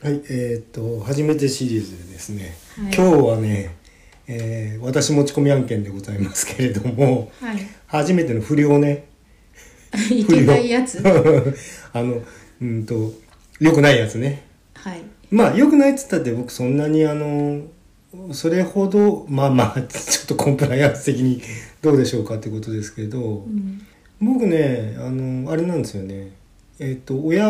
はい、初めてシリーズでですね、 はい、 今日はね、私持ち込み案件でございますけれども、 はい、 初めての不良ね、 いけないやつ良くないやつね。 はい、 まあ良くないっつったって僕そんなにそれほどちょっとコンプライアンス的にどうでしょうかってことですけど、僕ねあれなんですよね。親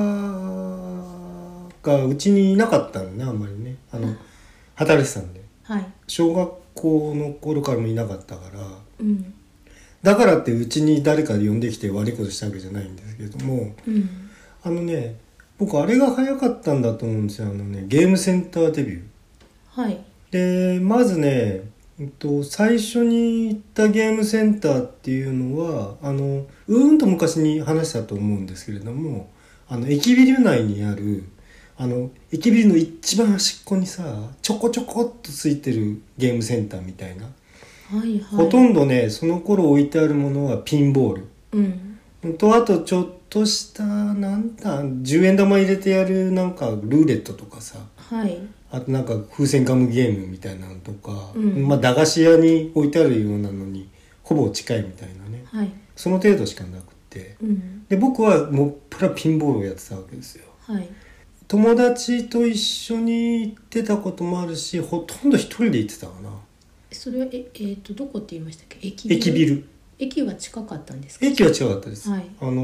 がうちにいなかったのね、あんまりね、働いてたんで、 はい、 小学校の頃からもいなかったから、 うん、 だからってうちに誰か呼んできて悪いことしたわけじゃないんですけれども、 うん、 僕あれが早かったんだと思うんですよ。ゲームセンターデビューはい、 で、まずね、最初に行ったゲームセンターっていうのはと昔に話したと思うんですけれども、駅ビル内にある駅ビルの一番端っこにさ、ちょこちょこっとついてるゲームセンターみたいな、 はい、はい、 ほとんどねその頃置いてあるものはピンボール、とあとちょっとした10円玉入れてやるなんかルーレットとかさ、 はい、 あとなんか風船ガムゲームみたいなのとか、駄菓子屋に置いてあるようなのにほぼ近いみたいなね、 はい、 その程度しかなくて、で僕はもっぱらピンボールをやってたわけですよ。 はい、 友達と一緒に行ってたこともあるし、ほとんど一人で行ってたかな。 それはどこって言いましたっけ？駅ビル。 駅は近かったんですか？ 駅は近かったです。 はい、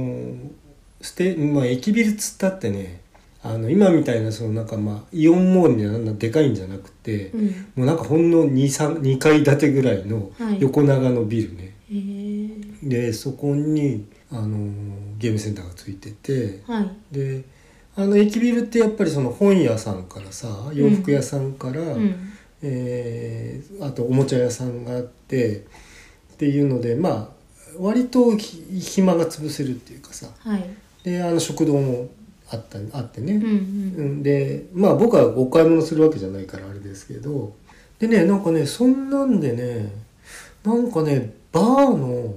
駅ビルっつったってね、今みたいなイオンモールみたいなでかいんじゃなくて、もうなんかほんの2階建てぐらいの横長のビルね、でそこにゲームセンターがついてて、 はい、 で駅ビルってやっぱりその本屋さんからさ、洋服屋さんから、あとおもちゃ屋さんがあってっていうので、割と暇が潰せるっていうかさ、 はい、 で食堂もあってね、で僕はお買い物するわけじゃないからあれですけど、でね、なんかねそんなんでね、なんかねバー、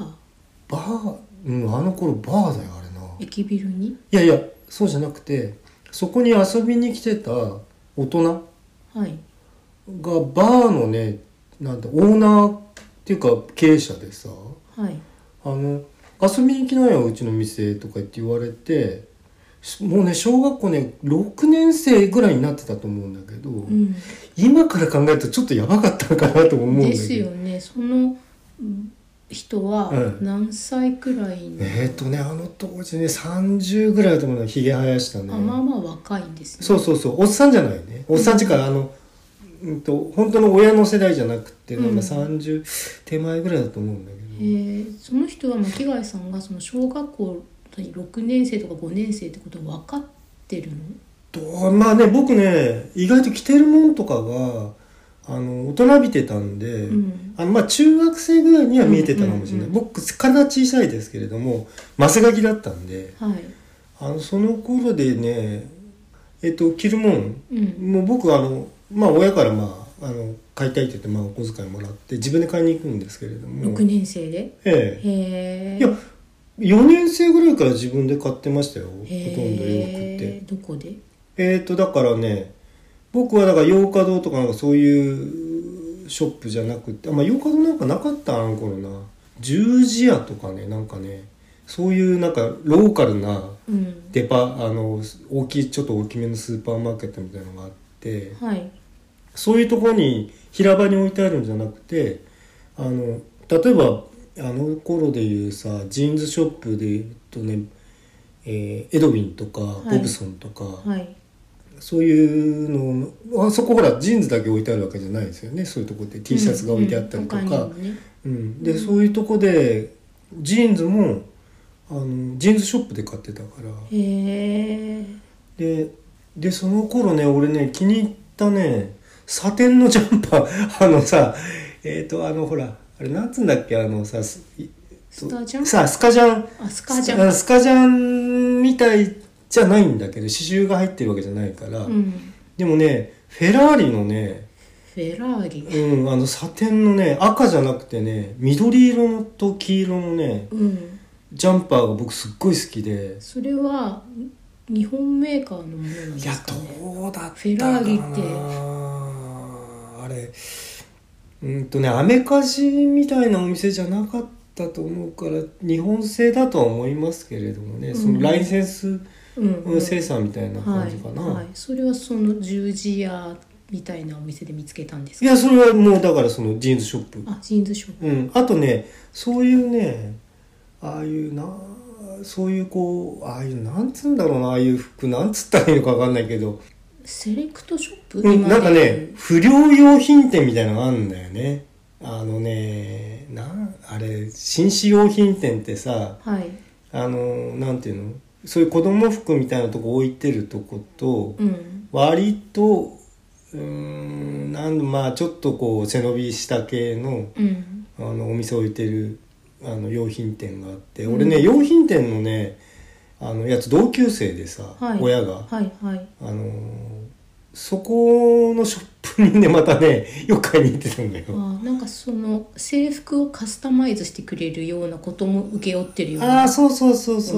あの頃バーだよあれな。 駅ビルに？ いやいや、そうじゃなくて、そこに遊びに来てた大人はい、 がバーのね、オーナーっていうか経営者でさ、 はい、 遊びに来なようちの店とか言って言われて、もうね小学校ね6年生ぐらいになってたと思うんだけど、今から考えるとちょっとやばかったのかなと思うんだけど。 ですよね。その人は何歳くらいの？ あの当時ね30ぐらいだと思うの。ひげ生やしたね。 まあ若いんですね。 そうおっさんじゃないね。おっさんっていうか本当の親の世代じゃなくて、30手前ぐらいだと思うんだけど、 その人は巻貝さんがその小学校6年生とか5年生ってことは分かってるの？ 僕ね意外と着てるもんとかが大人びてたんで、中学生ぐらいには見えてたかもしれない。僕体小さいですけれどもマセガキだったんで、 はい、 その頃でね着るもん、もう僕親から買いたいって言ってお小遣いもらって自分で買いに行くんですけれども。 6年生で？ いや4年生ぐらいから自分で買ってましたよ、ほとんど洋服って。 どこで？ だからね、僕はだから洋華堂とかそういうショップじゃなくて、洋華堂なんかなかったあの頃な。十字屋とかね、そういうローカルなちょっと大きめのスーパーマーケットみたいなのがあって、 はい、 そういうところに平場に置いてあるんじゃなくて、例えばあの頃でいうさ、ジーンズショップでいうとね、エドウィンとかボブソンとか、そういうの、あそこほらジーンズだけ置いてあるわけじゃないですよね。そういうとこで T シャツが置いてあったりとか、でそういうとこでジーンズもジーンズショップで買ってたから。でその頃ね、俺ね気に入ったねサテンのジャンパー、ほらあれなんつうんだっけ、 スカジャン？ スカジャンみたいじゃないんだけど、刺繍が入ってるわけじゃないから、でもねフェラーリのね、サテンのね、赤じゃなくてね緑色のと黄色のね、ジャンパーが僕すっごい好きで。 それは日本メーカーのものなんでいやすかね。 どうだったかな。 フェラーリってあれアメカジみたいなお店じゃなかったと思うから日本製だとは思いますけれどもね、そのライセンス生産みたいな感じかな、 はいはい、それはその十字屋みたいなお店で見つけたんですか？ いやそれはもうだからそのジーンズショップ、 ジーンズショップ、 あとねそういうねああいうそういうこうああいうなんつうんだろうな、ああいう服なんつったらいいのか分かんないけど、 セレクトショップ、 なんかね不良用品店みたいなのがあるんだよね。あれ紳士用品店ってさ、 はい、 なんていうの、そういう子供服みたいなとこ置いてるとこと、割とまあちょっとこう背伸びした系の、お店置いてる用品店があって、俺ね用品店のねやつ同級生でさ、親が、そこのショップにねまたねよく買いに行ってたんだよ。 なんかその制服をカスタマイズしてくれるようなことも請け負ってるようなそうそう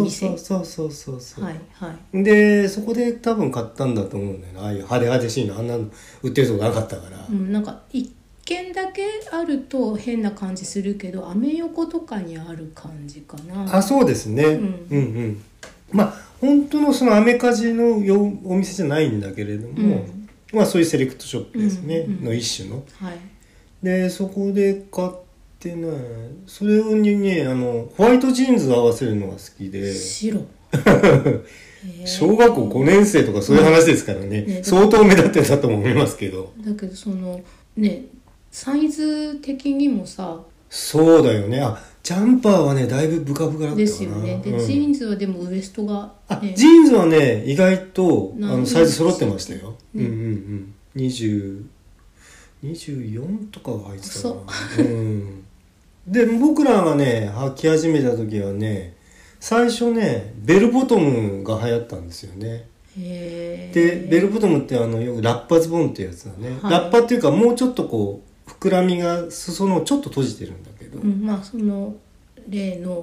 でそこで多分買ったんだと思うんだよな、ああいう派手派手しいのあんなの売ってるとこなかったから、 なんか一軒だけあると変な感じするけどアメ横とかにある感じかな。 そうですね、まあ本当のそのアメカジのお店じゃないんだけれども、まあそういうセレクトショップですね、の一種の、でそこで買ってね、それにねホワイトジーンズ合わせるのが好きで、 白小学校5年生とかそういう話ですからね、相当目立ってたと思いますけど、 だけどそのねサイズ的にもさ、 そうだよね、ジャンパーはねだいぶブカブカだったかなですよね。で、ジーンズはでもウエストが、 ジーンズはね意外とサイズ揃ってましたよ、24とかが入ってたかな。で僕らがね履き始めた時はね最初ねベルボトムが流行ったんですよね。でベルボトムってよくラッパズボンってやつだね、ラッパっていうかもうちょっとこう膨らみが裾のちょっと閉じてるんだけど、 まあその例の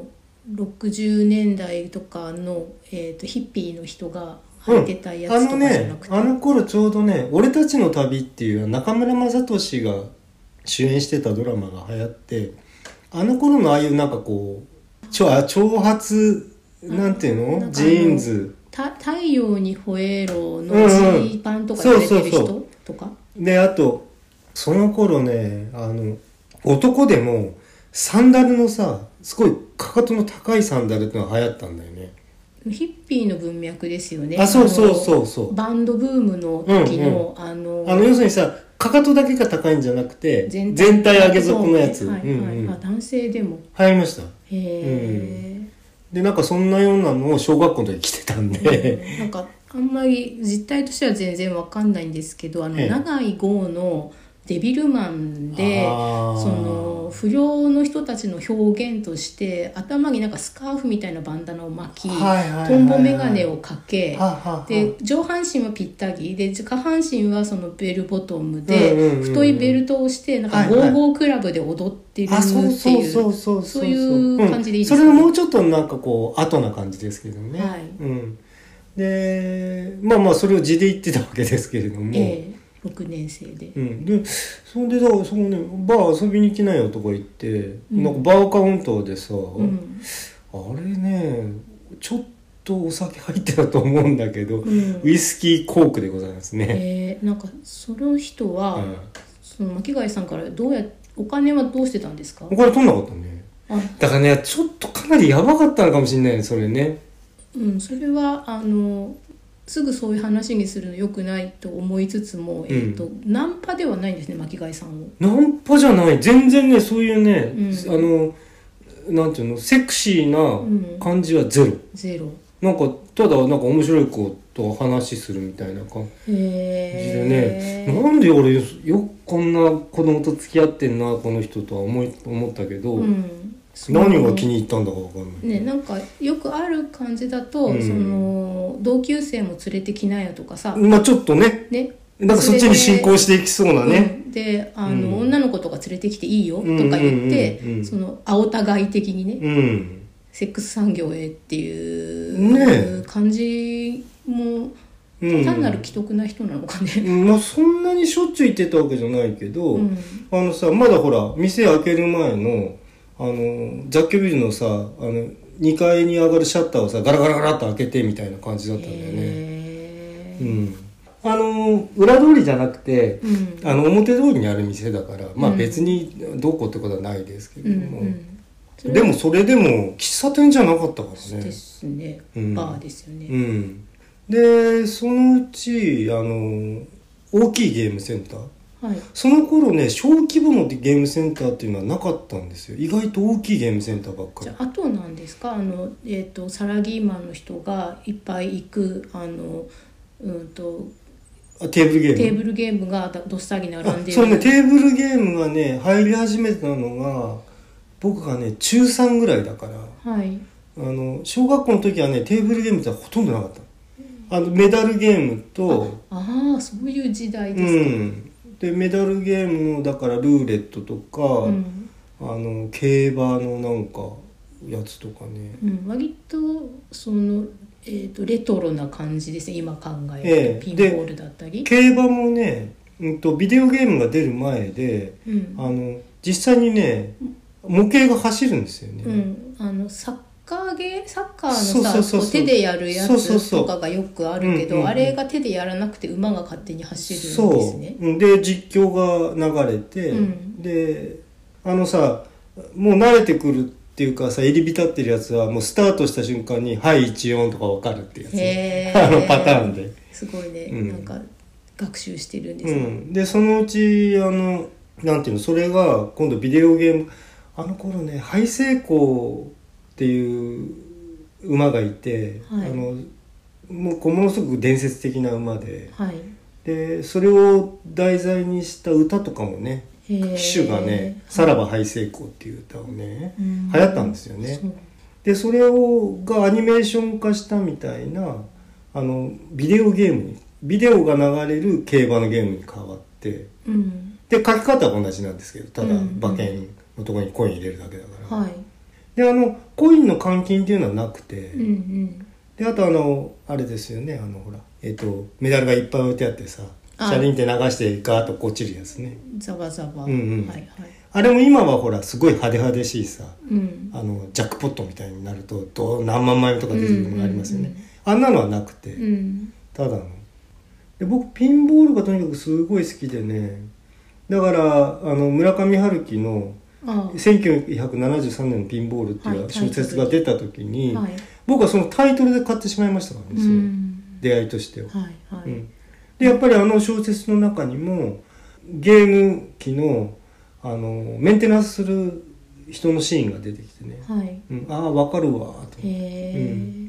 60年代とかの、ヒッピーの人が履いてたやつとかじゃなくて、 あの頃ちょうどね「俺たちの旅」っていう中村雅俊が主演してたドラマが流行って、あの頃のああいうなんかこう長髪なんていうのジーンズ、 太陽にほえろのジーパンとかやれてる人とかで、あとその頃ね男でもサンダルのさすごいかかとの高いサンダルってのが流行ったんだよね。 ヒッピーの文脈ですよね。 そうバンドブームの時の、 要するにさかかとだけが高いんじゃなくて全体上げ底のやつ、 男性でも流行りました。でなんかそんなようなのを小学校の時着てたんで、 なんかあんまり実態としては全然わかんないんですけど、永井豪のデビルマンでその不良の人たちの表現として頭になんかスカーフみたいなバンダナを巻き、トンボメガネをかけ、で上半身はぴったりで下半身はそのベルボトムで太いベルトをしてなんかゴーゴークラブで踊ってるっていうそういう感じでいいですかね。 それのもうちょっとなんかこう後な感じですけどね、でまあそれを字で言ってたわけですけれども、 6年生で、 でそれでだからそのねバー遊びに行きなよとか言って、なんかバーカウンターでさ、あれねちょっとお酒入ってたと思うんだけど、ウイスキーコークでございますね。 なんかその人は、その巻貝さんからお金はどうしてたんですか？ お金取んなかったね。だからねちょっとかなりやばかったのかもしれないねそれね。 それはすぐそういう話にするの良くないと思いつつも、ナンパではないんですね巻貝さんを。 ナンパじゃない、全然ねそういうね、なんていうのセクシーな感じはゼロ、なんかただなんか面白い子と話するみたいな感じでね、なんで俺よくこんな子供と付き合ってんなこの人とは思ったけど、何が気に入ったんだか分かんない、 なんかよくある感じだと、その同級生も連れてきなよとかさ、 ちょっとねなんかそっちに進行していきそうなね、 で女の子とか連れてきていいよとか言って、そのお互い的にね、セックス産業へっていう感じも単なる既得な人なのかね、 まあそんなにしょっちゅう行ってたわけじゃないけど、さまだほら店開ける前の雑居ビルのさ2階に上がるシャッターをさガラガラガラっと開けてみたいな感じだったんだよね。裏通りじゃなくて、表通りにある店だから、まあ別にどうこうってことはないですけれども、でもそれでも喫茶店じゃなかったからね。 ですね、バーですよね。 でそのうち大きいゲームセンター、その頃ね小規模のゲームセンターっていうのはなかったんですよ。意外と大きいゲームセンターばっかり。 じゃああとなんですかサラリーマンの人がいっぱい行くテーブルゲームがどっさり並んでる。 そうね、テーブルゲームがね入り始めたのが僕がね中3ぐらいだから、小学校の時はねテーブルゲームってほとんどなかった。メダルゲームとそういう時代ですか。 でメダルゲームのだからルーレットとか、競馬のなんかやつとかね、 割とそのレトロな感じですね今考えると、ピンボールだったり競馬もね、ビデオゲームが出る前で、実際にね模型が走るんですよね。 サッカーのさ手でやるやつとかがよくあるけど、あれが手でやらなくて馬が勝手に走るんですね。 で実況が流れて、でもう慣れてくるっていうかさ入り浸ってるやつはもうスタートした瞬間に「はい14」とか分かるっていうやつパターンで。 すごいね、なんか学習してるんですね。 でそのうちなんていうのそれが今度ビデオゲーム頃ねハイセイコーっていう馬がいて、ものすごく伝説的な馬で、でそれを題材にした歌とかもね機種がね「さらばハイセイコー」っていう歌をね流行ったんですよね。でそれがアニメーション化したみたいなビデオゲームにビデオが流れる競馬のゲームに変わって、で書き方は同じなんですけどただ馬券のところにコイン入れるだけだから、でコインの換金っていうのはなくて、であとあれですよねほらメダルがいっぱい置いてあってさ車輪って流してガーッと落ちるやつね。 ザバザバ、 あれも今はほらすごい派手派手しいさ、ジャックポットみたいになると何万枚とか出てくるのがありますよね。あんなのはなくて、ただので僕ピンボールがとにかくすごい好きでね、だから村上春樹の1973年のピンボールっていう小説が出た時に、僕はそのタイトルで買ってしまいましたからね、出会いとしては。でやっぱり小説の中にもゲーム機のメンテナンスする人のシーンが出てきてね、分かるわと思って、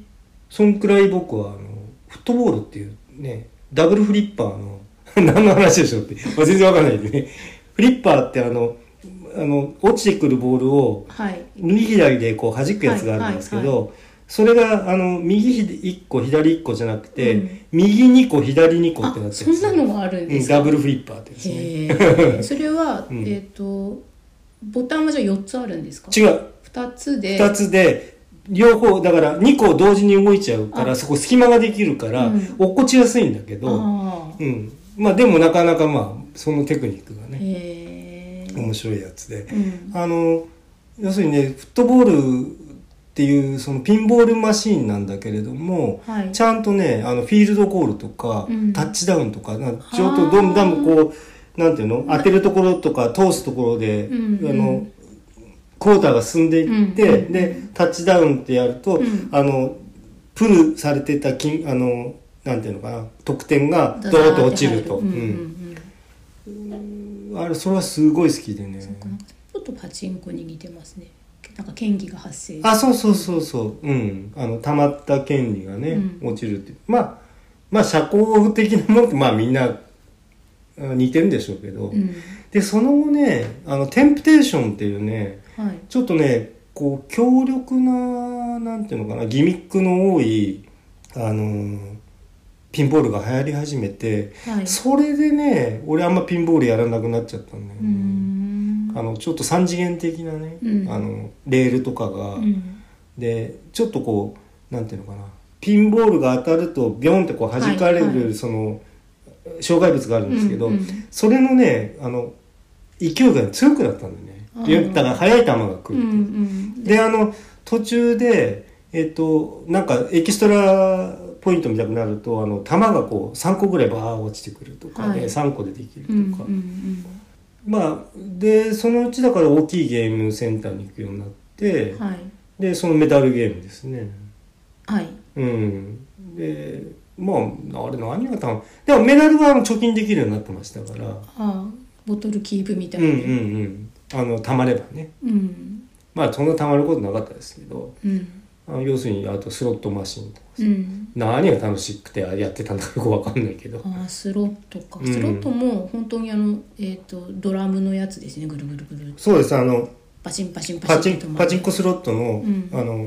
そんくらい僕はフットボールっていうねダブルフリッパーの何の話でしょうって全然分かんないでねフリッパーって落ちてくるボールを右左でこう弾くやつがあるんですけど、それが右1個左1個じゃなくて、右2個左2個ってなってるんですよ。 そんなのがあるんですか。 ダブルフリッパーってですね。 それは、ボタンはじゃあ4つあるんですか。 違う、 2つで両方だから2個同時に動いちゃうからそこ隙間ができるから落っこちやすいんだけど、まあでもなかなかそのテクニックがね面白いやつで、要するにねフットボールっていうそのピンボールマシーンなんだけれども、ちゃんとねフィールドゴールとか、タッチダウンとかちょっとどんどんこうなんていうの当てるところとか通すところで、クォーターが進んでいって、でタッチダウンってやると、プルされてたなんていうのかな得点がドーッと落ちると、それはすごい好きでね。 ちょっとパチンコに似てますね。なんか権利が発生そう溜まった権利がね、落ちるってまあ社交的なものってみんな似てるんでしょうけど、でその後ねテンプテーションっていうね、ちょっとねこう強力ななんていうのかなギミックの多いピンボールが流行り始めて、それでね俺あんまピンボールやらなくなっちゃったんだよね。ちょっと三次元的なね、レールとかが、でちょっとこうなんていうのかなピンボールが当たるとビョンってこう弾かれる、 はいはい、 その障害物があるんですけど、 うんうん、 それのね勢いが強くなったんだよね。だから速い球が来ると、 うんうん、 で途中でなんかエキストラポイントみたいになると球がこう3個ぐらいバー落ちてくるとかで、はい、3個でできるとか、うんうんうん、まあでそのうちだから大きいゲームセンターに行くようになって、はい、でそのメダルゲームですね。 はい。 うん。でまああれ何が多分でもメダルは貯金できるようになってましたから。ああ、ボトルキープみたいな。 うんうんうん。貯まればね。うん。まあそんな貯まることなかったですけど。うん。要するにあとスロットマシンとかさ、うん、何が楽しくてやってたんだかよく分かんないけど。 ああ、スロットか、うん、スロットも本当にドラムのやつですね。ぐるぐるぐる。 そうですパチンパチンパチンパチンコスロットの、うん、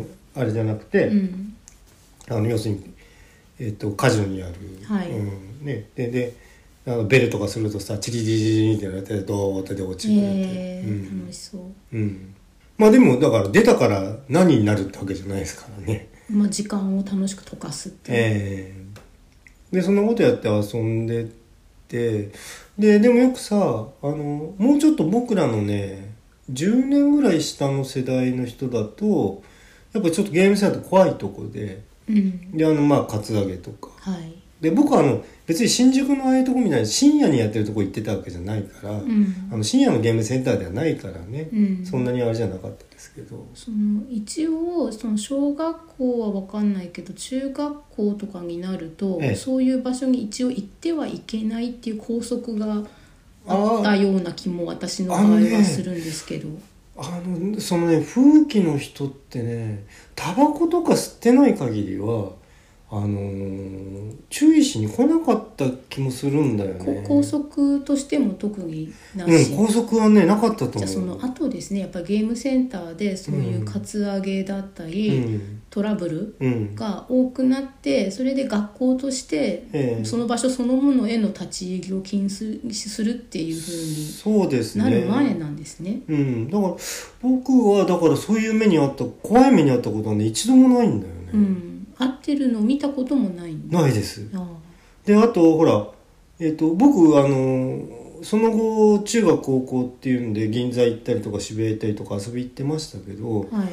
あれじゃなくて、うん、要するに、カジノにある、はい、うんね、でベルとかするとさチリリリリってなってドーッてで落ちてくれて、うん、 楽しそう、 うん、まあでもだから出たから何になるってわけじゃないですからね。 まあ時間を楽しく溶かすってでそんなことやって遊んでてでもよくさもうちょっと僕らのね10年ぐらい下の世代の人だとやっぱちょっとゲームセンター怖いとこで、うん、でまあカツアゲとか、はい、で僕は別に新宿のああいうとこみたいに深夜にやってるとこ行ってたわけじゃないから、うん、深夜のゲームセンターではないからね、うん、そんなにあれじゃなかったですけど、 一応小学校は分かんないけど中学校とかになると、そういう場所に一応行ってはいけないっていう校則があったような気も私の場合はするんですけど、 そのね風紀の人ってねタバコとか吸ってない限りは注意しに来なかった気もするんだよね。 校則としても特になし、 校則はねなかったと思う。 じゃあその後ですねやっぱゲームセンターでそういうカツアゲだったり、トラブルが多くなってそれで学校としてその場所そのものへの立ち入りを禁止するっていう風になる前なんですね。 だから僕はだからそういう目にあった怖い目にあったことはね一度もないんだよね。 合ってるのを見たこともないんないです。であとほら、僕その後中学高校っていうんで銀座行ったりとか渋谷行ったりとか遊び行ってましたけど、はい、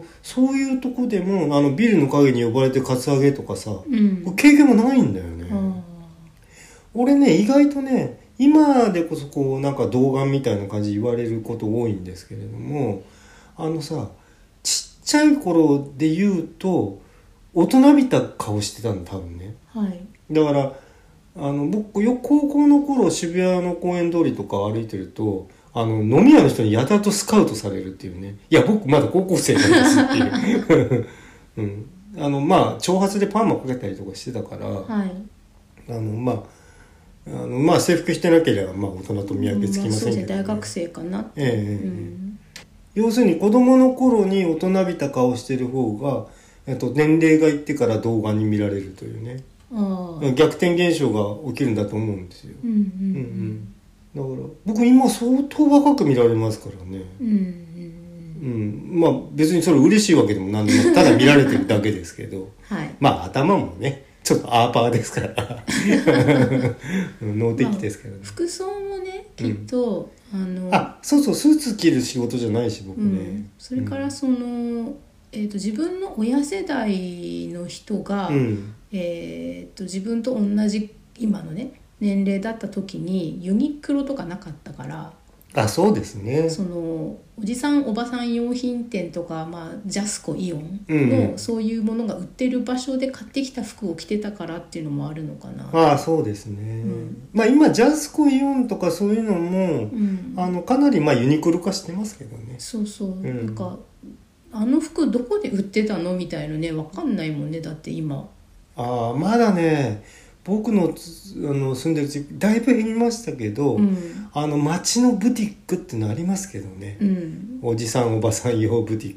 そういうとこでもビルの陰に呼ばれてカツアゲとかさ、経験もないんだよね。俺ね意外とね今でこそこうなんか童顔みたいな感じ言われること多いんですけれどもさちっちゃい頃で言うと大人びた顔してたの多分ね、はい、だから僕高校の頃渋谷の公園通りとか歩いてると飲み屋の人にやたらとスカウトされるっていうね。いや僕まだ高校生なんですっていう、うん、まあ長髪でパーマかけたりとかしてたから、はい、まあ制服してなければまあ大人と見分けつきませんけど、ね、 大学生かなって、 要するに子供の頃に大人びた顔してる方が年齢がいってから童顔に見られるというね。逆転現象が起きるんだと思うんですよ。だから僕今相当若く見られますからね。まあ別にそれ嬉しいわけでも何でもただ見られてるだけですけど、はい、まあ頭もねちょっとアーパーですから脳的ですからね。 服装もねきっと、 そうそうスーツ着る仕事じゃないし僕ね、 それから自分の親世代の人が、自分と同じ今のね年齢だった時にユニクロとかなかったから、 そうですね。 おじさんおばさん用品店とか、ジャスコイオンの、そういうものが売ってる場所で買ってきた服を着てたからっていうのもあるのかな。 そうですね、今ジャスコイオンとかそういうのも、かなりユニクロ化してますけどね。 そうそう、なんか服どこで売ってたのみたいなね分かんないもんね。だって今まだね僕の住んでる地域だいぶ減りましたけど、街のブティックってのありますけどね、おじさんおばさん用ブティッ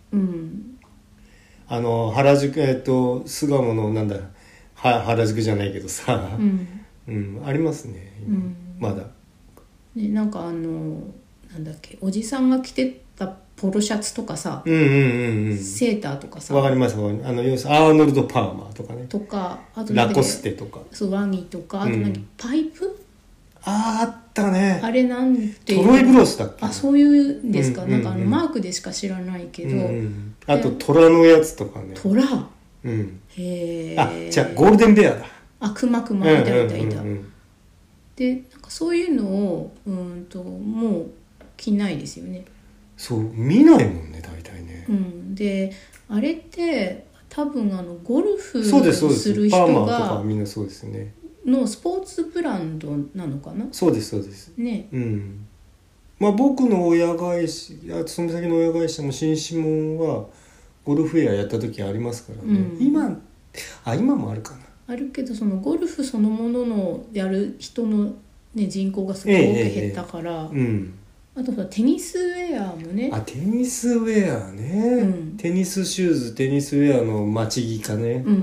クは、原宿巣鴨のなんだ原宿じゃないけどさ、ありますね今、まだね。なんかなんだっけおじさんが着てたポロシャツとかさ、 うんうんうんうん。 セーターとかさ、 わかりますわかります。要するにアーノルド・パーマーとかね。 とか、あとラコステとか。 そう、ワニとか、あとパイプ、 あったね。 あれなんていうトロイブロスだっけ。 あ、そういうんですか、 うんうんうん、 なんかマークでしか知らないけど、 うんうん、あと虎のやつとかね。 虎、 うん、 へえ。 あ、じゃあゴールデンベアだ。 あ、クマいたいたいた、 うんうんうんうん、 でなんかそういうのをもう着ないですよね。 そう見ないもんね大体ね、 うん、であれって多分ゴルフそうですそうですする人パーマーとかがみんなそうですねのスポーツブランドなのかな。 そうですそうですね。 うん。まあ僕の親会社その先の親会社も新指紋はゴルフウェアやった時ありますからね、うん、今もあるかな。 あるけどそのゴルフそのもののやる人の、ね、人口がすごく減ったから、 うん、 あとテニスウェアもね。 あ、テニスウェアね、うん、テニスシューズテニスウェアの待ち着かね、うんうんうん、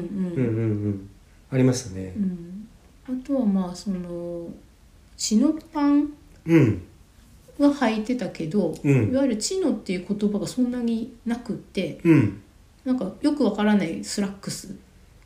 ありましたね、うん、 あとはまあそのチノパンは履いてたけど、うん、いわゆるチノっていう言葉がそんなになくって、うん、なんかよくわからないスラックス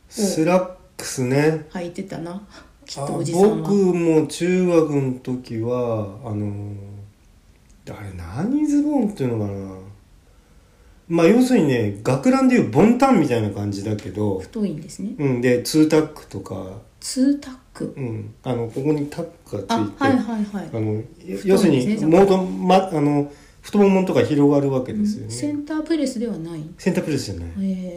ね履いてたなきっとおじさんは。 僕も中学の時はあれ何ズボンっていうのかな、まあ要するにね学ランでいうボンタンみたいな感じだけど太いんですね、 うん、でツータックとかツータック、 うん、ここにタックがついて、 はいはいはい、 要するに太ももとか広がるわけですよね、うん、 センタープレスではない。 センタープレスじゃない、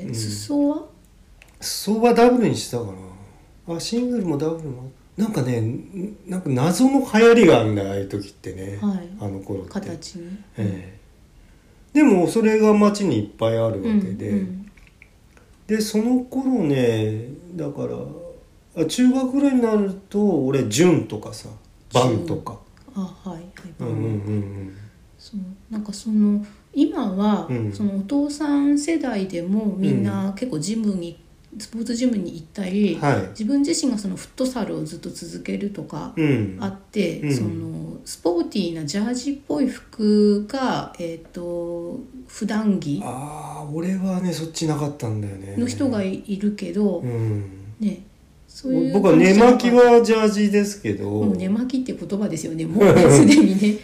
うん、裾はダブルにしたかな。あ、シングルもダブルもなんかね、なんか謎の流行りがあるんだああいう時ってね、 はい、 あの頃って形に、 でもそれが街にいっぱいあるわけで、うんうん、でその頃ねだから中学ぐらいになると俺ジュンとかさバンとかはいはいバン、そうなんかその今は、うん、そのお父さん世代でもみんな結構ジムに、スポーツジムに行ったり、はい、自分自身がそのフットサルをずっと続けるとかあって、うん、そのスポーティーなジャージっぽい服が、普段着俺はねそっちなかったんだよねの人がいるけど、うんね、そういう僕は寝巻きはジャージですけどもう寝巻きって言葉ですよねもうすでにね、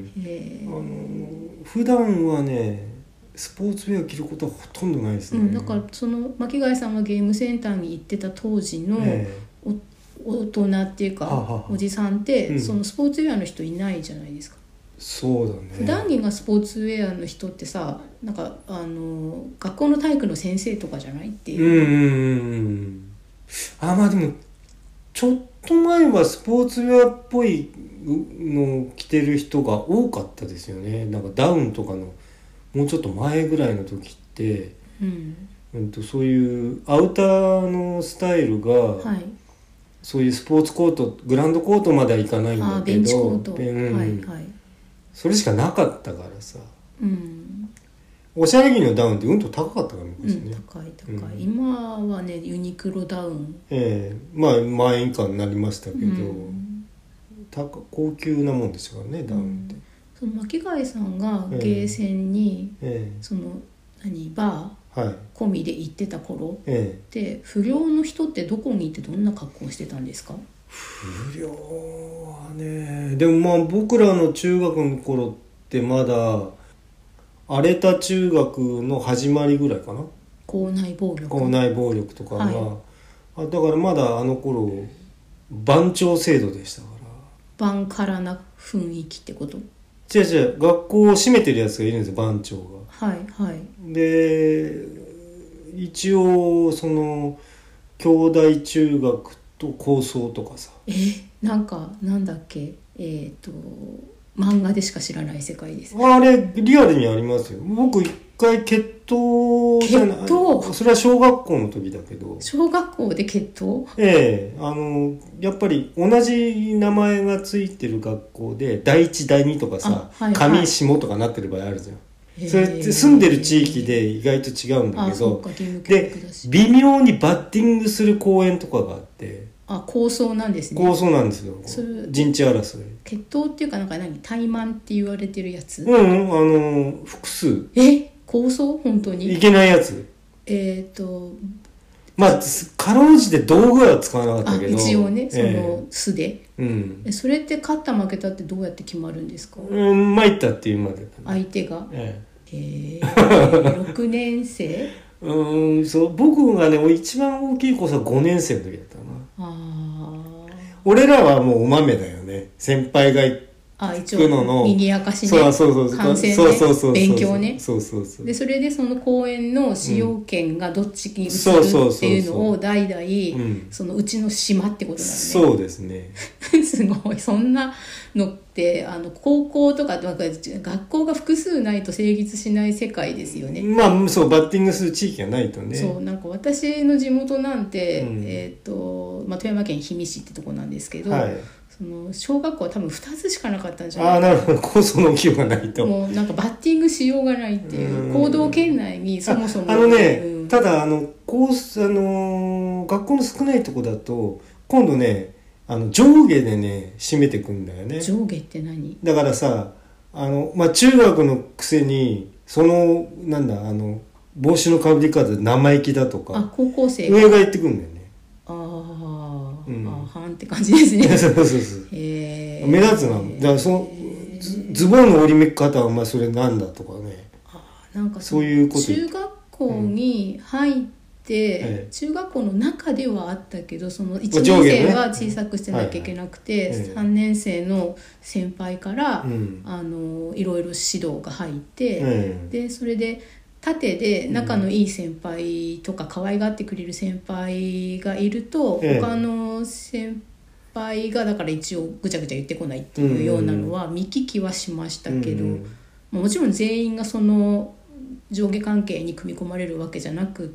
普段はねスポーツウェア着ることはほとんどないですね、 だからその巻貝さんがゲームセンターに行ってた当時の大人っていうか、おじさんって、そのスポーツウェアの人いないじゃないですか。 そうだね。 普段着がスポーツウェアの人ってさなんか学校の体育の先生とかじゃないっていう。 まあでもちょっと前はスポーツウェアっぽいのを着てる人が多かったですよね。なんかダウンとかのもうちょっと前ぐらいの時って、そういうアウターのスタイルが、はい、そういうスポーツコートグランドコートまではいかないんだけどベンチコート、はい、 それしかなかったからさ、おしゃれ着のダウンってうんと高かったから昔ね、 高い、今はねユニクロダウンまあ万円以下になりましたけど、高級なもんですからねダウンって、 その巻貝さんがゲーセンに、そのバー込みで行ってた頃、で不良の人ってどこにいてどんな格好をしてたんですか？ 不良はねでもまあ僕らの中学の頃ってまだ荒れた中学の始まりぐらいかな。 校内暴力とかが、だからまだあの頃番長制度でしたから。 バンカラな雰囲気ってこと？ 違う学校を閉めてるやつがいるんですよ番長が。で一応その兄弟中学と高層とかさなんだっけ漫画でしか知らない世界です。 あれリアルにありますよ。僕一回決闘じゃない。それは小学校の時だけど。 小学校で決闘？ やっぱり同じ名前がついてる学校で第一第二とかさ、上下とかなってる場合あるじゃん。それって住んでる地域で意外と違うんだけど、で微妙にバッティングする公園とかがあって、 構想なんですね。 構想なんですよ。陣地争い。 決闘っていうか、なんか怠慢って言われてるやつ。 複数。 構想本当に。 いけないやつ。まあ、かろうじて道具は使わなかったけど。 一応ね、その素で。それって勝った負けたってどうやって決まるんですか？ 参ったっていうまで、 相手が。6年生そう、僕がね、一番大きい子さ5年生の時だったな。俺らはもうお豆だよね。先輩が一応賑やかしね、観戦ね、勉強ね。でそれでその公演の使用権がどっちに移るっていうのを代々そのうちの島ってことなのね。 そうですね。 すごい。そんなのって高校とか学校が複数ないと成立しない世界ですよね。 まあそう、バッティングする地域がないとね。 そう、なんか私の地元なんて、富山県氷見市ってとこなんですけど、その小学校は多分2つしかなかったんじゃないかな。 なるほど。構想の規模がないと。 もうなんかバッティングしようがないっていう、行動圏内にそもそもただ学校の少ないとこだと今度ね上下でね締めてくんだよね。 上下って何？ だからさ中学のくせに帽子のかぶり方で生意気だとか高校生上が言ってくんだよね。 はんって感じですね。 そう目立つな。だからズボンの折り目方はお前それなんだとかね。 なんかそういうこと。 中学校に入って、中学校の中ではあったけど、その1年生は小さくしてなきゃいけなくて、3年生の先輩から、いろいろ指導が入って、でそれで縦で仲のいい先輩とか可愛がってくれる先輩がいると、他の先輩がだから一応ぐちゃぐちゃ言ってこないっていうようなのは見聞きはしましたけど、もちろん全員がその上下関係に組み込まれるわけじゃなくって、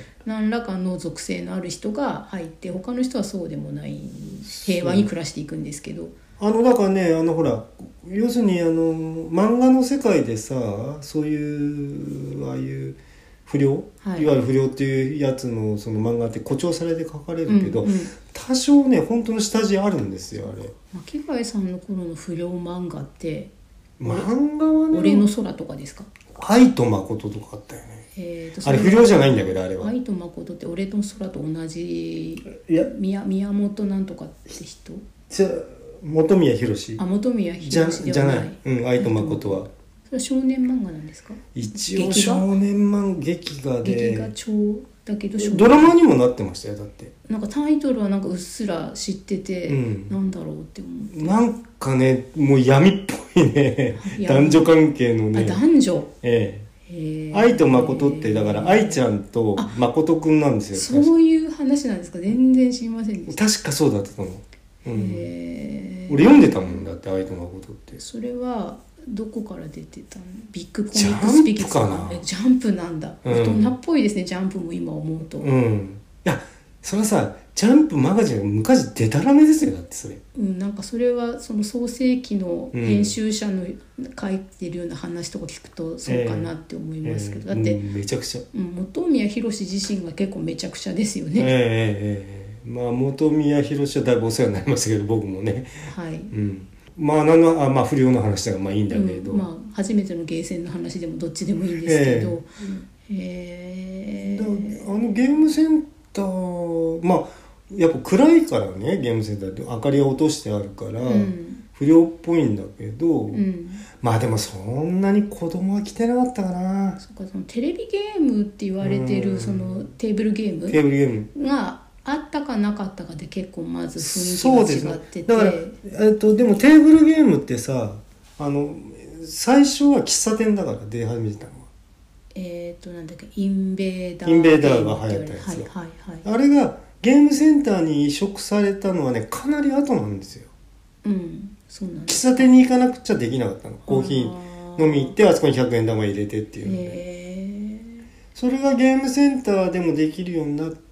何らかの属性のある人が入って他の人はそうでもない、平和に暮らしていくんですけど、 だからねほら要するに漫画の世界でさ、そういうああいう不良、いわゆる不良っていうやつのその漫画って誇張されて書かれるけど、多少ね本当の下地あるんですよあれ。 巻貝さんの頃の不良漫画って漫画はね、 俺の空とかですか？ 愛と誠とかあったよね。あれ不良じゃないんだけど、あれは愛と誠って俺の空と同じ宮本なんとかって人？ 本宮宏本宮宏ではない。 愛と誠はそれは少年漫画なんですか？ 一応少年漫画劇画で、 劇画調だけどドラマにもなってましたよ。だってなんかタイトルはなんかうっすら知ってて、なんだろうって思う。 なんかねもう闇っぽいね男女関係のね。 男女。 愛と誠ってだから愛ちゃんと誠くんなんですよ。そういう話なんですか？全然知りませんでした。 確かそうだったと思う。俺読んでたもんだって愛と誠って。 それはどこから出てたの？ビッグコミックスピリッツかな。ジャンプなんだ。大人っぽいですね、ジャンプも今思うと。いやそれはさ、ジャンプマガジンが昔デタラメですよ。だってそれ、 なんかそれはその創世記の編集者の書いてるような話とか聞くとそうかなって思いますけど、だってめちゃくちゃ、 本宮宏自身が結構めちゃくちゃですよね。 本宮宏はだいぶお世話になりましたけど、僕もね。 はい。 不良の話だからいいんだけど、 初めてのゲーセンの話でもどっちでもいいんですけど、 ゲームセンターやっぱ暗いからね、ゲームセンターって明かりが落としてあるから、不良っぽいんだけど、でもそんなに子供は来てなかったかな。 そのテレビゲームって言われてるそのテーブルゲームがあったかなかったかで結構まず雰囲気が違ってて、 だからでもテーブルゲームってさ、最初は喫茶店だから出始めてたのはなんだっけ、インベーダーが流行ったやつよ。あれがゲームセンターに移植されたのはね、かなり後なんですよ。 そうなんです。喫茶店に行かなくちゃできなかったの。コーヒー飲み行ってあそこに100円玉入れてっていうので、それがゲームセンターでもできるようになって、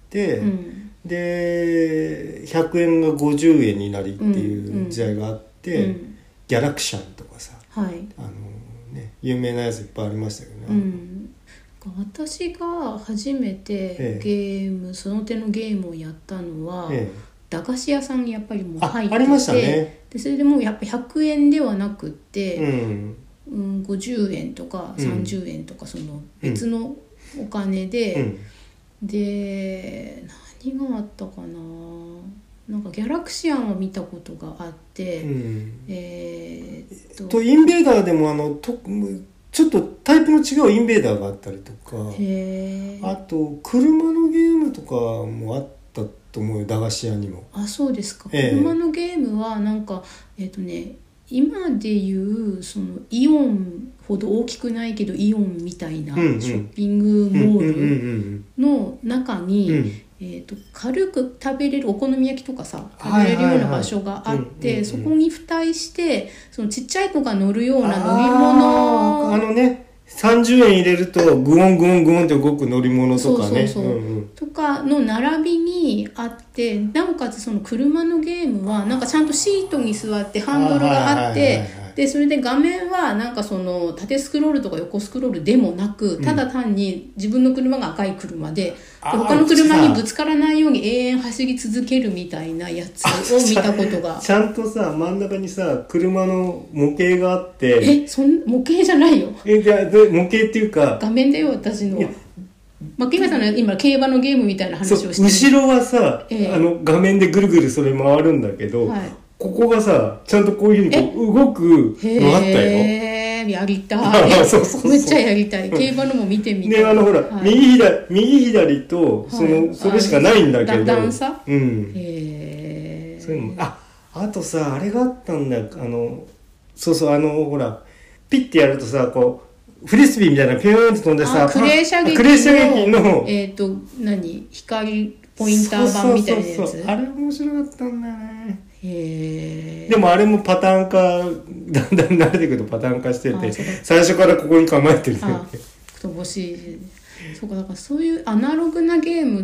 で100円が50円になりっていう時代があって、ギャラクシャンとかさ、有名なやついっぱいありましたけどね。 私が初めてゲーム、その手のゲームをやったのは、 駄菓子屋さんにやっぱりもう入ってて、 ありましたね。 でそれでもうやっぱ100円ではなくって、50円とか30円とかその別のお金で、で何があったかな、なんかギャラクシアンを見たことがあって、インベーダーでもちょっとタイプの違うインベーダーがあったりとか、あと車のゲームとかもあったと思うよ、駄菓子屋にも。 あ、そうですか。車のゲームはなんか今でいうそのイオンほど大きくないけどイオンみたいなショッピングモールの中に、軽く食べれるお好み焼きとかさ食べれるような場所があって、そこに付帯してそのちっちゃい子が乗るような乗り物、 30円入れるとグオングオングオンって動く乗り物とかね、 とかの並びにあって、なおかつその車のゲームはなんかちゃんとシートに座ってハンドルがあって、でそれで画面はなんかその縦スクロールとか横スクロールでもなく、ただ単に自分の車が赤い車で、他の車にぶつからないように永遠走り続けるみたいなやつを見たことが。 ちゃんとさ真ん中にさ車の模型があって、 模型じゃないよ。 じゃあ模型っていうか画面だよ私の。牧原さんの今競馬のゲームみたいな話をしてる。 後ろはさ、画面でぐるぐるそれ回るんだけど、ここがさちゃんとこういうふうにこう動くのあったよ。 やりたい。めっちゃやりたい。競馬のも見てみたい。 ほら、右左とそれしかないんだけど。 段差？ そういうのもあとさあれがあったんだよ。ほらピッてやるとさこうフリスビーみたいなピューンって飛んでさ、 クレー射撃の光ポインター版みたいなやつ。 あれ面白かったんだよね。でもあれもパターン化だんだん慣れてくるとパターン化してて、最初からここに構えてるんだよね。 乏しい。そうか、だからそういうアナログなゲームって、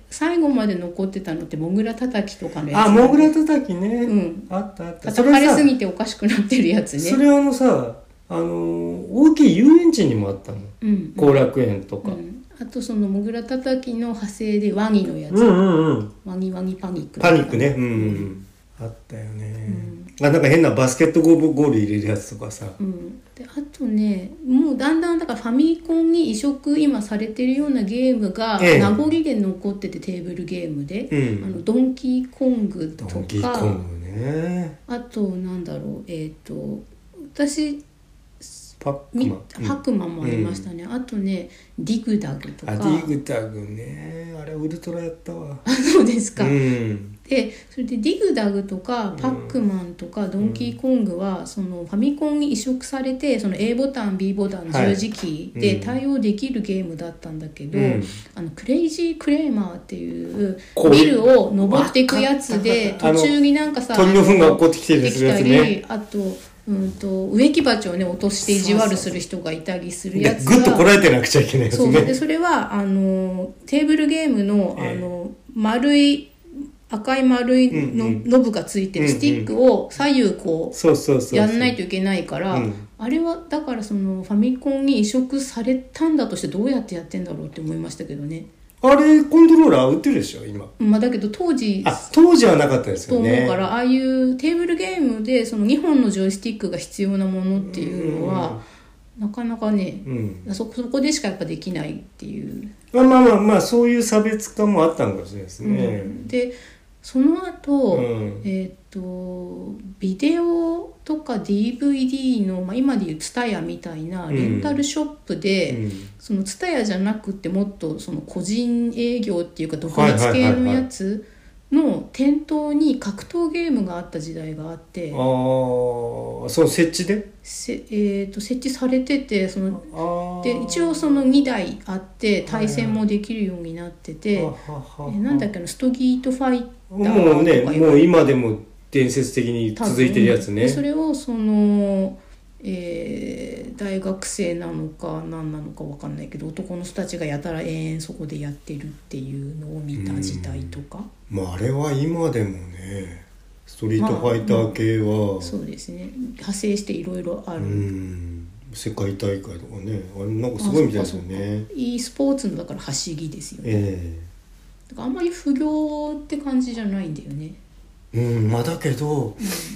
最後まで残ってたのってモグラたたきとかのやつ。 モグラたたきね、あった。 叩かれすぎておかしくなってるやつね。 それさ大きい遊園地にもあったの、後楽園とか、 あとそのモグラたたきの派生でワニのやつ、ワニワニパニックね、あったよね、なんか変なバスケットゴール入れるやつとかさ、 であとねもうだんだんだからファミコンに移植今されてるようなゲームが名残で残ってて、テーブルゲームで、ドンキーコングとか、 ドンキーコングね、 あとなんだろう私パックマンもありましたね、あとねディグダグとか。 ディグダグね、あれウルトラやったわ。 そうですか、でそれでディグダグとかパックマンとかドンキーコングはそのファミコンに移植されて、その A ボタン B ボタン十字キーで対応できるゲームだったんだけど、クレイジークレーマーっていうビルを登っていくやつで、途中になんかさ鳥の糞が起こってきてるやつね、 あと植木鉢をね落として意地悪する人がいたりするやつがグッとこらえてなくちゃいけないやつね。 それはテーブルゲームの丸い赤い丸いのノブがついてるスティックを左右こうやんないといけないから、あれはだからそのファミコンに移植されたんだとしてどうやってやってんだろうって思いましたけどね。 あれコントローラー売ってるでしょ今。 だけど当時はなかったですよね。 と思うから、ああいうテーブルゲームでその2本のジョイスティックが必要なものっていうのは、なかなかね、そこでしかやっぱできないっていう。 そういう差別化もあったのかもしれないですね。 でその後、ビデオとか DVD の、今でいう TSUTAYA みたいなレンタルショップで、その TSUTAYA じゃなくてもっとその個人営業っていうか独立系のやつの店頭に格闘ゲームがあった時代があって、 その設置で設置されてて、で一応その2台あって対戦もできるようになってて、なんだっけストギートファイターとかもう今でも伝説的に続いてるやつね。 それをその、大学生なのか何なのか分かんないけど男の人たちがやたら延々そこでやってるっていうのを見た時代とか、 あれは今でもねストリートファイター系は、 そうですね派生していろいろある。 世界大会とかね、あれなんかすごいみたいですよね。 e スポーツのだから走りですよね。 だからあんまり不良って感じじゃないんだよね。 まあだけど、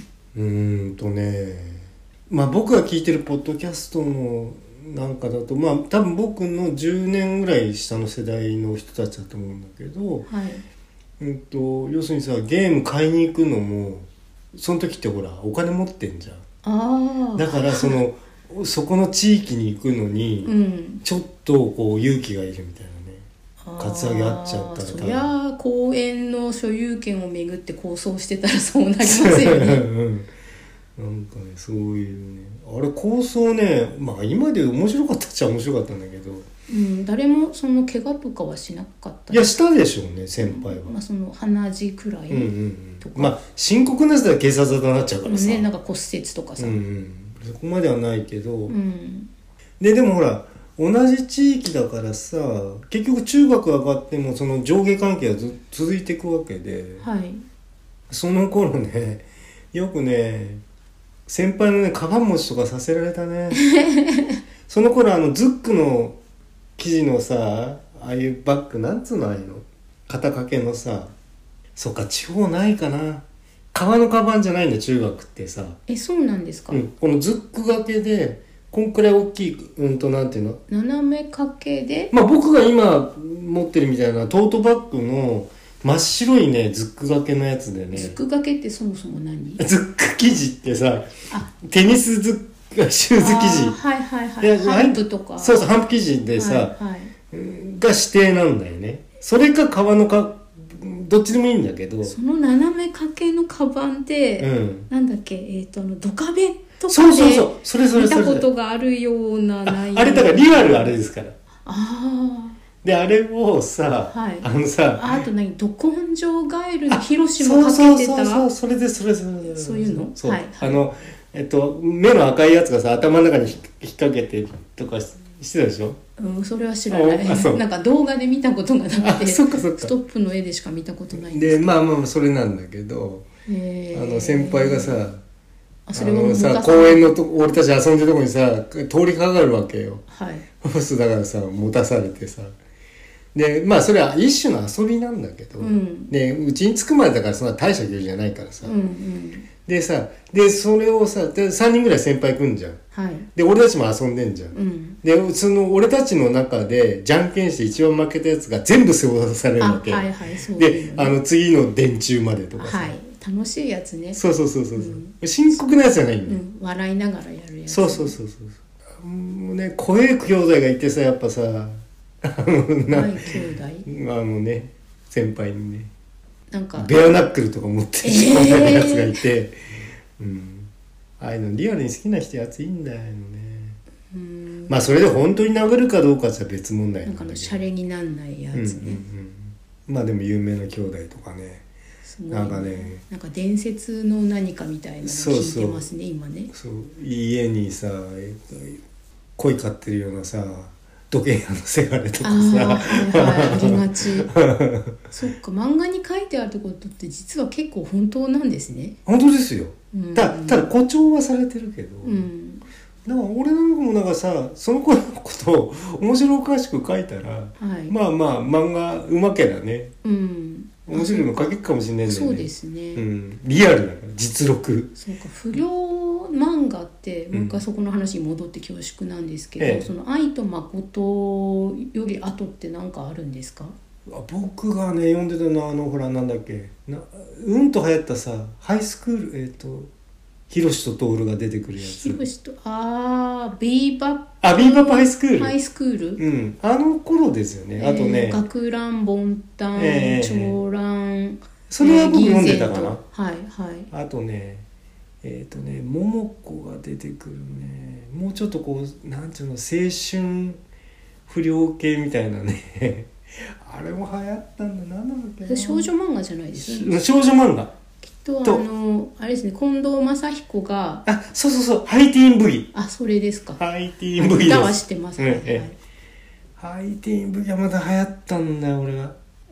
まあ僕が聞いてるポッドキャストのなんかだと、まあ多分僕の10年ぐらい下の世代の人たちだと思うんだけど、 はい、 要するにさ、ゲーム買いに行くのもその時ってほらお金持ってんじゃん。だからそこの地域に行くのにちょっとこう勇気がいるみたいなね、カツアゲあっちゃったら。 そりゃ公園の所有権をめぐって構想してたらそうなりますよね。 なんかね、そういうね、あれ構想ね、まあ今で面白かったっちゃ面白かったんだけど、 誰もその怪我とかはしなかった。 いやしたでしょうね、先輩は。 まあその鼻血くらいとか、 まあ深刻なやつでは警察沙汰になっちゃうからさ、 ね、なんか骨折とかさ、 そこまではないけど、でもほら同じ地域だからさ、結局中学上がってもその上下関係は続いていくわけで、 はい、 その頃ね、よくね先輩のねカバン持ちとかさせられたね。その頃ズックの生地のさ、ああいうバッグなんつうの、ああいうの肩掛けのさ、そっか地方ないかな、革のカバンじゃないんだ中学ってさ。 そうなんですか。 このズック掛けでこんくらい大きい、なんていうの、 斜め掛けで、 まあ僕が今持ってるみたいなトートバッグの真っ白いねズック掛けのやつでね。 ズック掛けってそもそも何？ ズック生地ってさ、テニスズックシューズ生地、 ハンプとか、 そうハンプ生地でさ、が指定なんだよね。それか革のどっちでもいいんだけど、 その斜め掛けのカバンって、なんだっけ、ドカベとかでそれ見たことがあるような内容。 あれだからリアルあれですから。であれをさ、 あと何、ど根性ガエルのヒロシもかけてた。 それそういうの、 目の赤いやつがさ頭の中に引っ掛けてとかしてたでしょ。 それは知らない。なんか動画で見たことがなくて、ストップの絵でしか見たことないんですけど。 でまあそれなんだけど、先輩がさ、 それもさ公園の俺たち遊んでるとこにさ通りかかるわけよ。そうだからさ持たされてさ、でまあそれは一種の遊びなんだけど、でうちに着くまでだからそんな大した距離じゃないからさ、でさ、それをさ、3人ぐらい先輩来んじゃん。で俺たちも遊んでんじゃん。でその俺たちの中でじゃんけんして一番負けたやつが全部背負わされるわけ。で次の電柱までとかさ。 楽しいやつね。 そう深刻なやつじゃないんだよ。 笑いながらやるやつ。 そうもうね、怖い兄弟がいてさ、やっぱさ、 怖い兄弟？ ね、先輩にね、 なんかベアナックルとか持ってしまうやつがいて、ああいうのリアルに好きな人やついいんだよね。まあそれで本当に殴るかどうかじゃ別問題なんかシャレになんないやつね。 まあでも有名な兄弟とかね、なんかね、 なんか伝説の何かみたいなの聞いてますね。今ね。 家にさ、鯉飼ってるようなさ、時計屋のせがれとかさ、 ありがち。そっか、漫画に書いてあることって実は結構本当なんですね。 本当ですよ。ただ誇張はされてるけど、だから俺なんかもなんかさ、その子のことを面白おかしく書いたら、まあ漫画うまけりゃね、面白いの書けるかもしれないんだよね。そうですね。リアルだから実録。そうか、不良漫画ってもう一回そこの話に戻って恐縮なんですけど、その愛と誠より後って何かあるんですか？僕がね読んでたのはほらなんだっけ、と流行ったさハイスクール、ヒロシとトールが出てくるやつ。ヒロシとビーバップ。ビーバップハイスクール。ハイスクール。あの頃ですよね。あとね。学ラン、ボンタン、長蘭。それは僕読んでたかな。あとね、桃子が出てくるね。もうちょっとこうなんていうの、青春不良系みたいなね。あれも流行ったんだ。なんだっけな。少女漫画じゃないですか。少女漫画。あれですね、近藤正彦がそうハイティーンブギ。それですか。ハイティーンブギです。歌は知ってますね。ハイティーンブギはまだ流行ったんだよ俺が。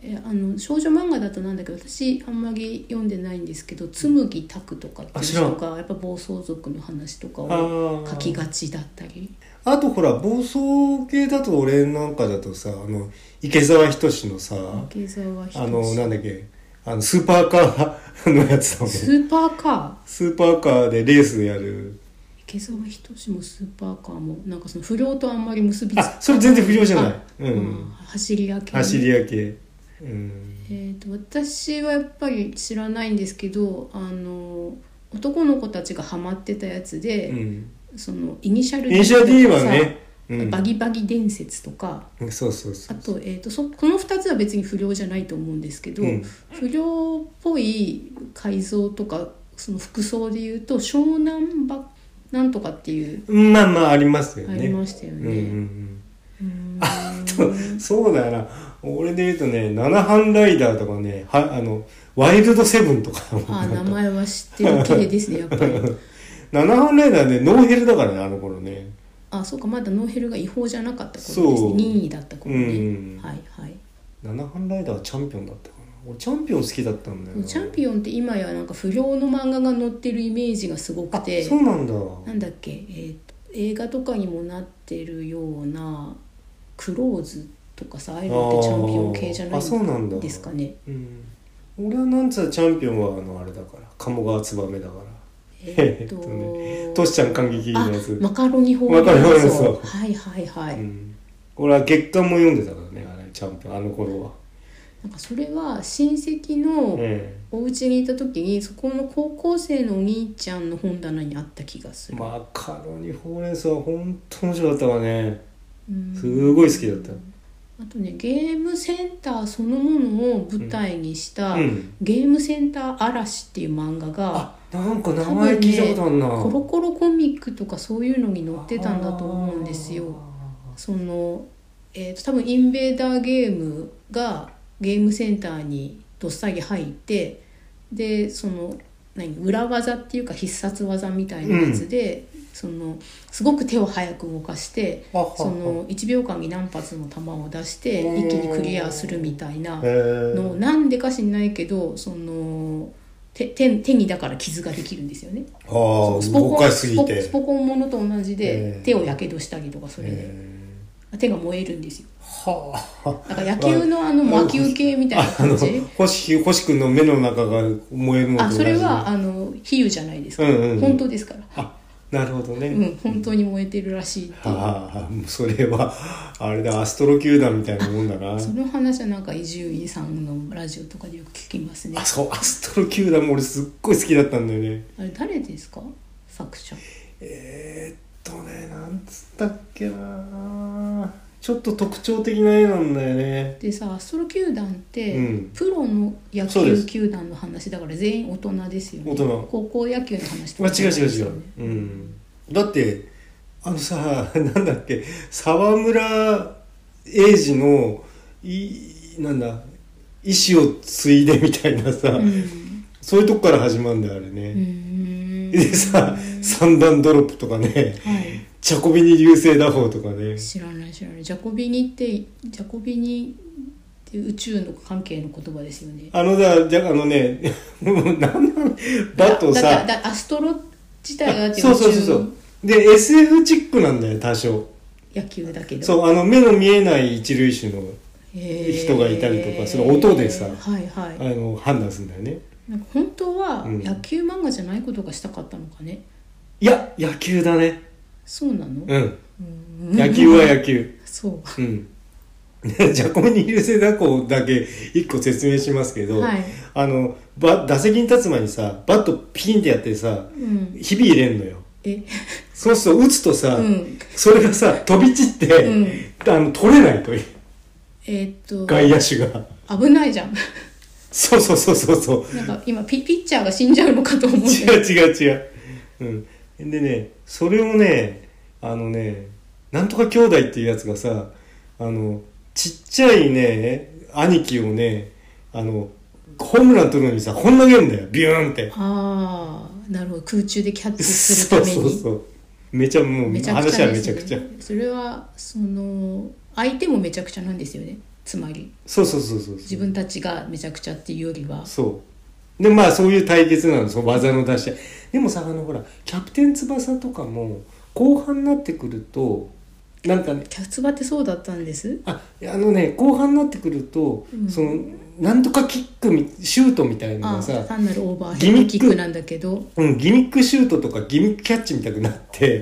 少女漫画だとなんだけど私あんまり読んでないんですけど紬拓とかっていう人がやっぱ暴走族の話とかを書きがちだったり。 あとほら暴走系だと俺なんかだとさ池澤仁のさ池澤仁なんだっけスーパーカーのやつだもんね。 スーパーカーでレースやる池澤仁もスーパーカーもなんかその不良とあんまり結びつかそれ全然不良じゃない、 走り屋系、 走り屋系、 私はやっぱり知らないんですけど男の子たちがハマってたやつで、そのイニシャル D はね、 バギバギ伝説とか、 そうあと、この2つは別に不良じゃないと思うんですけど、不良っぽい改造とかその服装でいうと湘南なんとかっていうまあありますよね。 ありましたよね。 あとそうだよな、俺で言うとね七班ライダーとかねワイルドセブンとか名前は知ってる系ですねやっぱり。 七班ライダーねノーヘルだからねあの頃ね。 そうか、まだノーヘルが違法じゃなかった頃ですね。任意だった頃ね、はいはい。 七班ライダーはチャンピオンだったかな。俺チャンピオン好きだったんだよな。 チャンピオンって今やなんか不良の漫画が載ってるイメージがすごくて。 そうなんだ。 なんだっけ、映画とかにもなってるようなクローズとかさ、ああいうのってチャンピオン系じゃないんですかね。 俺はなんつうチャンピオンはあれだから鴨川ツバメだから。トシちゃん感激のやつ。 マカロニ放送。 はいはいはい。 俺は月刊も読んでたからね、あれチャンピオンあの頃は。 なんかそれは親戚のお家にいた時に、そこの高校生のお兄ちゃんの本棚にあった気がする。 マカロニほうれん草は本当面白かったわね。すごい好きだった。 あとね、ゲームセンターそのものを舞台にした、ゲームセンター嵐っていう漫画が、 なんか名前聞いたことあるな、 コロコロコミックとかそういうのに載ってたんだと思うんですよ。その多分インベーダーゲームがゲームセンターにどっさり入って、でその裏技っていうか必殺技みたいなやつで、そのすごく手を早く動かしてその1秒間に何発の弾を出して一気にクリアするみたいなのをなんでか知んないけど、その手にだから傷ができるんですよね。スポコンものと同じで手をやけどしたりとか、それで手が燃えるんですよ。だから野球の魔球系みたいな感じ。 星君の目の中が燃えるのと同じ。 それは比喩じゃないですか、本当ですから。 なるほどね。 本当に燃えてるらしいっていう。 それはあれだ、アストロ球団みたいなもんだな。 その話はなんか伊集院さんのラジオとかでよく聞きますね。 そう、アストロ球団も俺すっごい好きだったんだよね。 あれ誰ですか、作者。 なんつったっけな、ちょっと特徴的な絵なんだよね。 でさ、アストロ球団って、プロの野球球団の話だから全員大人ですよね。高校野球の話とかじゃないですよね。 違う、だってさ、なんだっけ、沢村栄治のなんだ意思を継いでみたいなさ、そういうとこから始まるんだよあれね。でさ、三段ドロップとかね、ジャコビニ流星打法とかね。 知らない。ジャコビニって宇宙の関係の言葉ですよね。 バットをさ、 アストロ自体がそうで SF チックなんだよ多少。 野球だけど。 そう目の見えない一塁手の人がいたりとか、それ音でさ、判断するんだよね。 なんか本当は野球漫画じゃないことがしたかったのかね。 いや野球だね。 そうなの？ 野球は野球。 そう。 ジャコビニ流星打法だけ一個説明しますけど、打席に立つ前にさ、バットピンってやってさ、ひび入れんのよ。そうすると打つとさ、それがさ飛び散って、取れないという。外野手が危ないじゃん。 そう。 なんか今ピッチャーが死んじゃうのかと思う。 違う。でね、それをね、なんとか兄弟っていうやつがさ、ちっちゃいね兄貴をね、ホームラン取るのにさ、こんなげんだよ、ビューンって。 なるほど、空中でキャッチするために。 そう。めちゃもう話はめちゃくちゃ。 それは相手もめちゃくちゃなんですよね。 つまりそう自分たちがめちゃくちゃっていうよりは。 そうでまあそういう対決なんですよ、技の出し合い。でもさほらキャプテン翼とかも後半になってくるとなんかね、 キャツバってそうだったんです。 後半になってくると、そのなんとかキックシュートみたいなのがさ、 単なるオーバーヘッドキックなんだけど、 ギミックシュートとかギミックキャッチみたくなって、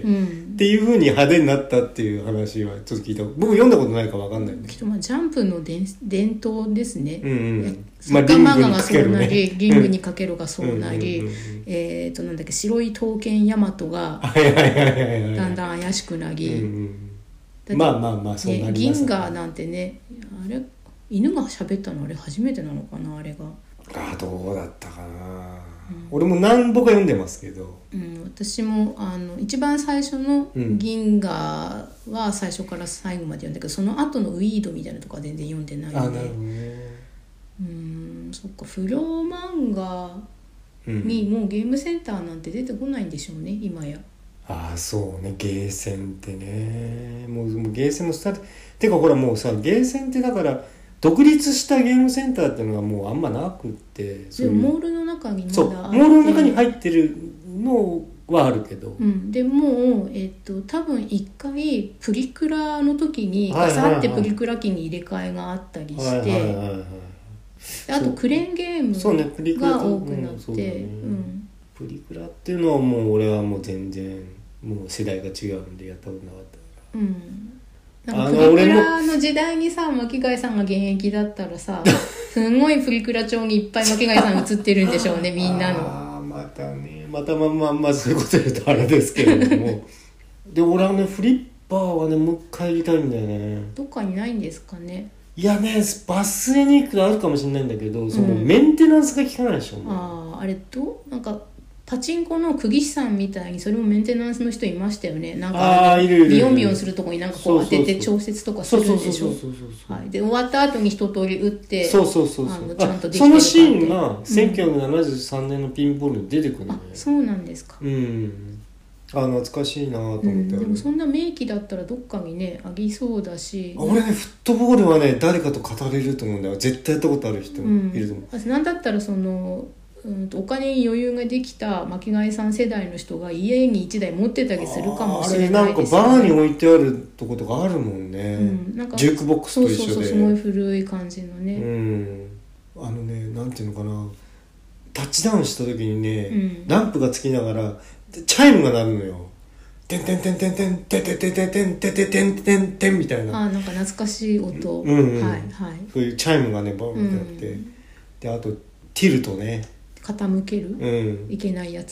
っていう風に派手になったっていう話はちょっと聞いた。僕読んだことないか分かんないんだけど、 ジャンプの伝統ですね。 サッカー漫画がそうなり、リングにかけろがそうなり、なんだっけ、白い刀剣ヤマトがだんだん怪しくなり、 まあそうなりますね。 銀河なんてね、あれ犬が喋ったのあれ初めてなのかな、あれが。 どうだったかな、俺も何本か読んでますけど、 私も一番最初の銀河は最初から最後まで読んだけど、その後のウィードみたいなとこは全然読んでないので。 なるほどね。 そっか、不良漫画にもうゲームセンターなんて出てこないんでしょうね、今や。 そうね、ゲーセンってね、もうゲーセンもスタートてかほらもうさ、ゲーセンってだから独立したゲームセンターっていうのがもうあんまなくって、 でもモールの中にまだあって、 モールの中に入ってるのはあるけど、 でもう、多分一回プリクラの時にガサってプリクラ機に入れ替えがあったりして、あとクレーンゲームが多くなって、 プリクラっていうのはもう俺はもう全然もう世代が違うんでやったことなかったから。 なんかプリクラの時代にさ、巻貝さんが現役だったらさすごいプリクラ帳にいっぱい巻貝さん写ってるんでしょうねみんなの。 またそういうこと言うとあれですけれどもで俺はねフリッパーはねもう一回やりたいんだよね。 どっかにないんですかね。 いやね、バスエニックあるかもしれないんだけど、そのメンテナンスが効かないでしょ、 あれなんかパチンコの釘師さんみたいにそれもメンテナンスの人いましたよね。なんかビヨンビヨンするとこになんかこう当てて調節とかするんでしょ。で終わった後に一通り打ってちゃんとできてるかって。 そのシーンが1973年のピンボールに出てくるのね。 そうなんですか。 懐かしいなと思って、 でもそんな名機だったらどっかにねありそうだし、 俺ねフットボールはね誰かと語れると思うんだよ。絶対やったことある人もいると思う。 なんだったらそのお金に余裕ができた巻貝さん世代の人が家に1台持ってたりするかもしれないですよね。 あれなんかバーに置いてあるとことかあるもんね、なんかジュークボックスと一緒で、 すごい古い感じのね、 なんていうのかな、タッチダウンした時にね、ランプがつきながらチャイムが鳴るのよ。てんてんてんてんてんてんてんてんてんてんてんてんてんてんてんみたいな。 なんか懐かしい音。そういうチャイムがねバーンってあって、であとティルトね。 傾ける、いけないやつ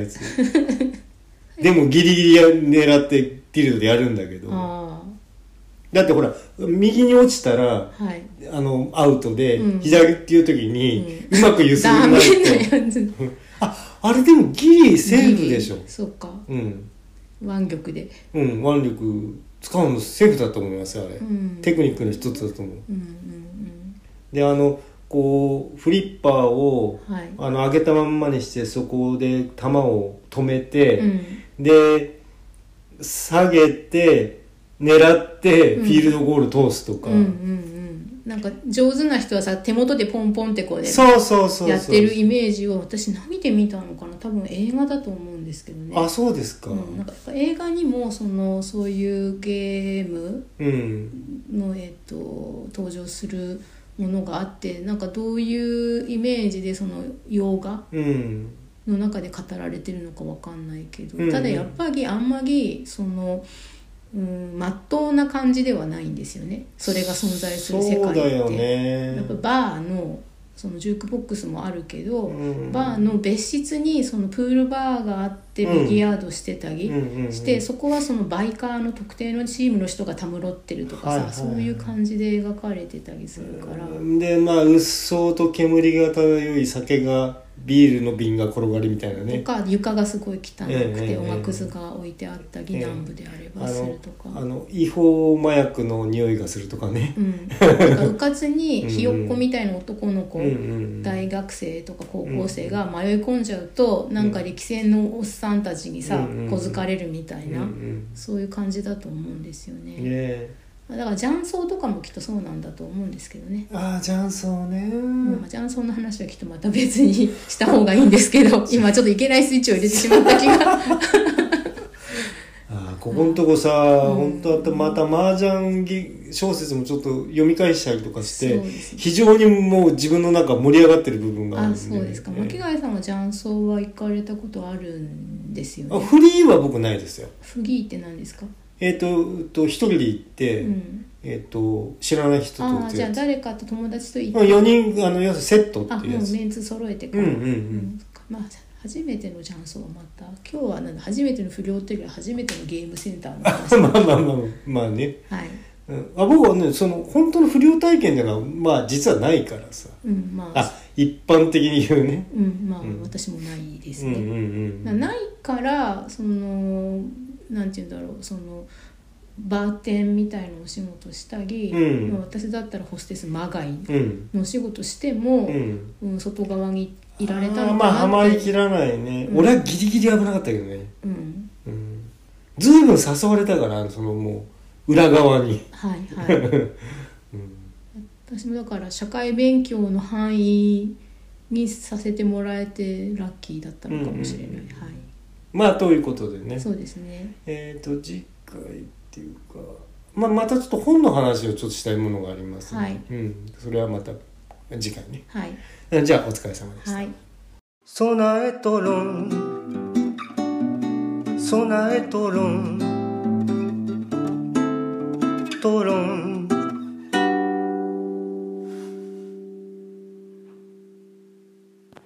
でもギリギリ狙ってティルトでやるんだけど、だってほら右に落ちたら、アウトで、左っていう時に、うまく揺すらないとあれでもギリセーフでしょ。 そうか、腕力で腕力使うのセーフだと思いますよあれ、テクニックの一つだと思う。でこうフリッパーを、上げたまんまにしてそこで球を止めて、で下げて狙ってフィールドゴール通すとか、 なんか上手な人はさ手元でポンポンってこうねやってるイメージを私何で見たのかな、多分映画だと思うんですけどね。 そうですか。 なんか映画にもそういうゲームの、登場するものがあって、なんかどういうイメージでその洋画の中で語られてるのかわかんないけど、ただやっぱりあんまりまっとうな感じではないんですよね、それが存在する世界って。 そうだよね。 やっぱバーのそのジュークボックスもあるけど、バーの別室にそのプールバーがあってビリヤードしてたりして、そこはそのバイカーの特定のチームの人がたむろってるとかさ、そういう感じで描かれてたりするから、 でうっそうと煙が漂い酒がビールの瓶が転がりみたいなね、 とか床がすごい汚くておがくずが置いてあったり、南部であればするとか、 違法麻薬の匂いがするとかね、 なんかうかつにひよっこみたいな男の子、大学生とか高校生が迷い込んじゃうと、なんか歴戦のおっさんたちにさ小づかれるみたいな、そういう感じだと思うんですよね。 だから雀荘とかもきっとそうなんだと思うんですけどね。 ああ、雀荘ね、 雀荘の話はきっとまた別にした方がいいんですけど今ちょっといけないスイッチを入れてしまった気がここのとこさ、本当はまた麻雀小説もちょっと読み返したりとかして、非常にもう自分の中盛り上がってる部分があるんで。 そうですか。巻貝さんは雀荘は行かれたことあるんですよね。 フリーは僕ないですよ。 フリーって何ですか？ 一人で行って、知らない人とじゃあ誰かと友達と行って 4人要するにセットっていうやつ。 もうメンツ揃えてから、まあ初めての雀荘はまた今日は初めての不良というよりは初めてのゲームセンターの話まあね、 はい、 僕はねその本当の不良体験っていうのはまあ実はないからさ、一般的に言うね、 私もないですね、ないからそのなんていうんだろう、そのバーテンみたいなお仕事したり、私だったらホステスまがいのお仕事しても、外側にいられたのかなって。 はまりきらないね、俺はギリギリ危なかったけどね、ずいぶん誘われたからそのもう裏側に私もだから社会勉強の範囲にさせてもらえてラッキーだったのかもしれない、 まあということでね、 そうですね、 次回っていうか、またちょっと本の話をちょっとしたいものがありますね、それはまた次回ね、じゃあお疲れ様でした。ソナエトロンソナエトロントロン